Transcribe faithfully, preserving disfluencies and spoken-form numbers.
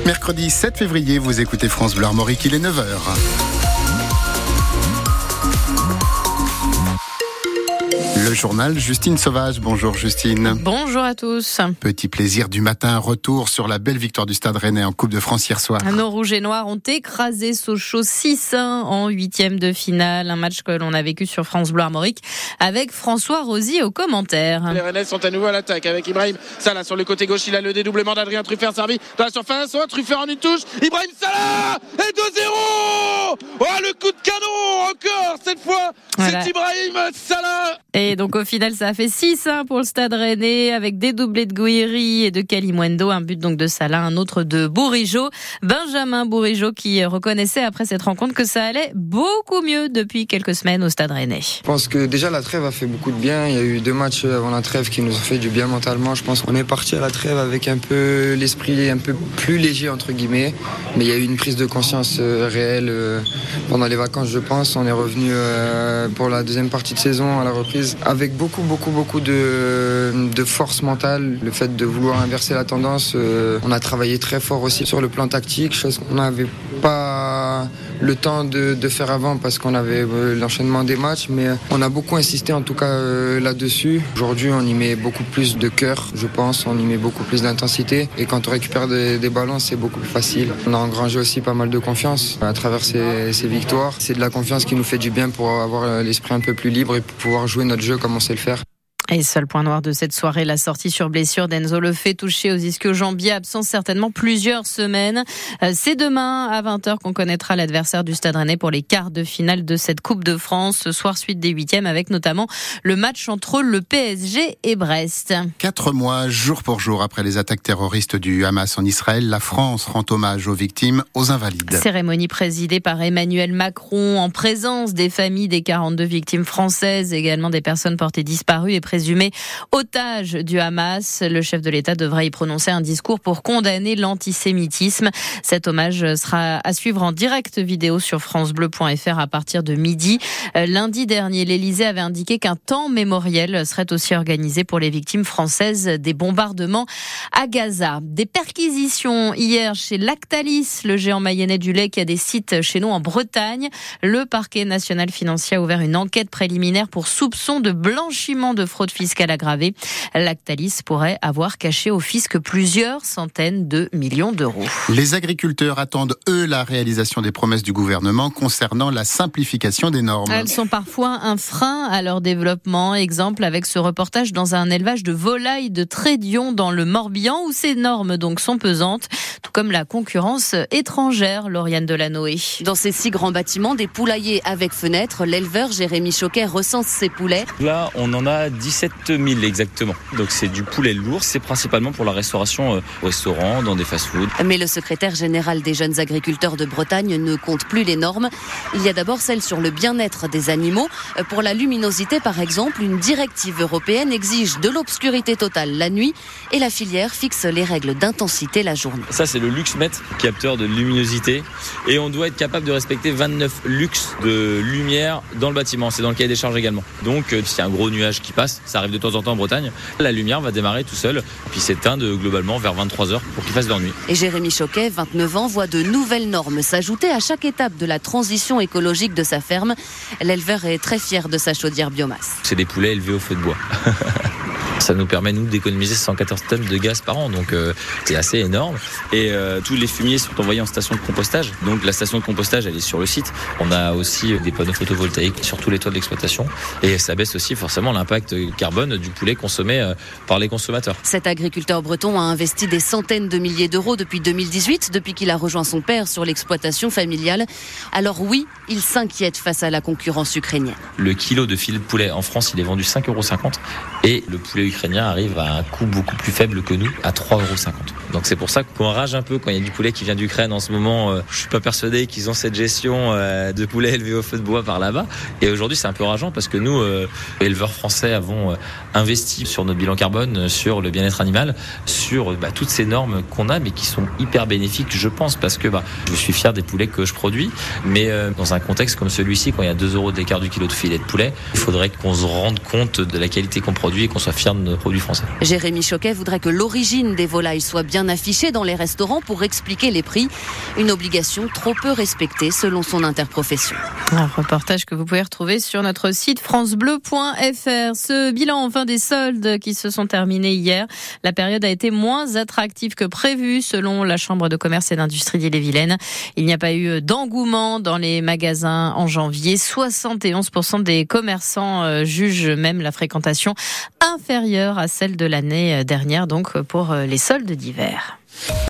Mercredi sept février, vous écoutez France Bleu Armorique, il est neuf heures. Le journal, Justine Sauvage. Bonjour Justine. Bonjour à tous. Petit plaisir du matin, retour sur la belle victoire du Stade Rennais en Coupe de France hier soir. Nos rouges et noirs ont écrasé Sochaux six un en huitième de finale. Un match que l'on a vécu sur France Bleu Armorique avec François Rosy aux commentaires. Les Rennais sont à nouveau à l'attaque avec Ibrahim Salah sur le côté gauche. Il a le dédoublement d'Adrien Truffert servi dans la surface. Oh, Truffert en une touche. Ibrahim Salah et deux zéro. Oh, le coup de canon encore cette fois. Voilà. C'est Ibrahim Salah. Et donc au final ça a fait six un pour le Stade Rennais avec des doublés de Gouiri et de Kalimundo, un but donc de Salah, un autre de Bourigeaud. Benjamin Bourigeaud qui reconnaissait après cette rencontre que ça allait beaucoup mieux depuis quelques semaines au Stade Rennais. Je pense que déjà la trêve a fait beaucoup de bien. Il y a eu deux matchs avant la trêve qui nous ont fait du bien mentalement. Je pense qu'on est parti à la trêve avec un peu l'esprit un peu plus léger entre guillemets, mais il y a eu une prise de conscience réelle pendant les vacances. Je pense on est revenu pour la deuxième partie de saison à la reprise avec beaucoup beaucoup beaucoup de, de force mentale, le fait de vouloir inverser la tendance. Euh, on a travaillé très fort aussi sur le plan tactique, chose qu'on n'avait pas le temps de, de faire avant parce qu'on avait euh, l'enchaînement des matchs, mais on a beaucoup insisté en tout cas euh, là-dessus. Aujourd'hui on y met beaucoup plus de cœur, je pense, on y met beaucoup plus d'intensité et quand on récupère des, des ballons c'est beaucoup plus facile. On a engrangé aussi pas mal de confiance à travers ces, ces victoires. C'est de la confiance qui nous fait du bien pour avoir l'esprit un peu plus libre et pouvoir jouer notre jeu comme on sait le faire. Et seul point noir de cette soirée, la sortie sur blessure d'Enzo Lefebvre, touché aux ischio-jambiers, absent certainement plusieurs semaines. C'est demain à vingt heures qu'on connaîtra l'adversaire du Stade Rennais pour les quarts de finale de cette Coupe de France. Ce soir, suite des huitièmes, avec notamment le match entre le P S G et Brest. Quatre mois, jour pour jour, après les attaques terroristes du Hamas en Israël, la France rend hommage aux victimes, aux invalides. Cérémonie présidée par Emmanuel Macron, en présence des familles des quarante-deux victimes françaises, également des personnes portées disparues et présumé otage du Hamas. Le chef de l'État devra y prononcer un discours pour condamner l'antisémitisme. Cet hommage sera à suivre en direct vidéo sur francebleu point fr à partir de midi. Lundi dernier, l'Élysée avait indiqué qu'un temps mémoriel serait aussi organisé pour les victimes françaises des bombardements à Gaza. Des perquisitions hier chez Lactalis, le géant mayennais du lait qui a des sites chez nous en Bretagne. Le parquet national financier a ouvert une enquête préliminaire pour soupçon de blanchiment de fraude fiscale aggravée. Lactalis pourrait avoir caché au fisc plusieurs centaines de millions d'euros. Les agriculteurs attendent, eux, la réalisation des promesses du gouvernement concernant la simplification des normes. Elles sont parfois un frein à leur développement. Exemple avec ce reportage dans un élevage de volailles de Trédion dans le Morbihan où ces normes donc sont pesantes, tout comme la concurrence étrangère. Lauriane Delanoë. Dans ces six grands bâtiments, des poulaillers avec fenêtres, l'éleveur Jérémy Choquet recense ses poulets. Là, on en a dix-sept mille exactement. Donc c'est du poulet lourd, c'est principalement pour la restauration euh, au restaurant, dans des fast-foods. Mais le secrétaire général des jeunes agriculteurs de Bretagne ne compte plus les normes. Il y a d'abord celles sur le bien-être des animaux. Pour la luminosité, par exemple, une directive européenne exige de l'obscurité totale la nuit et la filière fixe les règles d'intensité la journée. Ça, c'est le LuxMètre, capteur de luminosité. Et on doit être capable de respecter vingt-neuf lux de lumière dans le bâtiment. C'est dans le cahier des charges également. Donc, euh, s'il y a un gros nuage qui passe, ça arrive de temps en temps en Bretagne, la lumière va démarrer tout seul, puis s'éteindre globalement vers vingt-trois heures pour qu'il fasse leur nuit. Et Jérémy Choquet, vingt-neuf ans, voit de nouvelles normes s'ajouter à chaque étape de la transition écologique de sa ferme. L'éleveur est très fier de sa chaudière biomasse. C'est des poulets élevés au feu de bois. Ça nous permet, nous, d'économiser cent quatorze tonnes de gaz par an, donc euh, c'est assez énorme. Et euh, tous les fumiers sont envoyés en station de compostage. Donc la station de compostage, elle est sur le site. On a aussi des panneaux photovoltaïques sur tous les toits de l'exploitation. Et ça baisse aussi forcément l'impact carbone du poulet consommé euh, par les consommateurs. Cet agriculteur breton a investi des centaines de milliers d'euros depuis deux mille dix-huit, depuis qu'il a rejoint son père sur l'exploitation familiale. Alors oui, il s'inquiète face à la concurrence ukrainienne. Le kilo de filet de poulet en France, il est vendu cinq euros cinquante et le poulet ukrainien arrive à un coût beaucoup plus faible que nous, à trois euros cinquante. Donc c'est pour ça qu'on rage un peu quand il y a du poulet qui vient d'Ukraine en ce moment. Euh, je suis pas persuadé qu'ils ont cette gestion euh, de poulet élevé au feu de bois par là-bas. Et aujourd'hui c'est un peu rageant parce que nous, euh, éleveurs français, avons euh, investi sur notre bilan carbone, sur le bien-être animal, sur bah, toutes ces normes qu'on a, mais qui sont hyper bénéfiques, je pense, parce que bah, je suis fier des poulets que je produis. Mais euh, dans un contexte comme celui-ci, quand il y a deux euros d'écart du kilo de filet de poulet, il faudrait qu'on se rende compte de la qualité qu'on produit et qu'on soit fier concerne nos produits français. Jérémy Choquet voudrait que l'origine des volailles soit bien affichée dans les restaurants pour expliquer les prix. Une obligation trop peu respectée selon son interprofession. Un reportage que vous pouvez retrouver sur notre site francebleu point f r. Ce bilan enfin des soldes qui se sont terminés hier. La période a été moins attractive que prévu selon la Chambre de commerce et d'industrie d'Ille-et-Vilaine. Il n'y a pas eu d'engouement dans les magasins en janvier. soixante et onze pour cent des commerçants jugent même la fréquentation inférieure à celle de l'année dernière, donc pour les soldes d'hiver.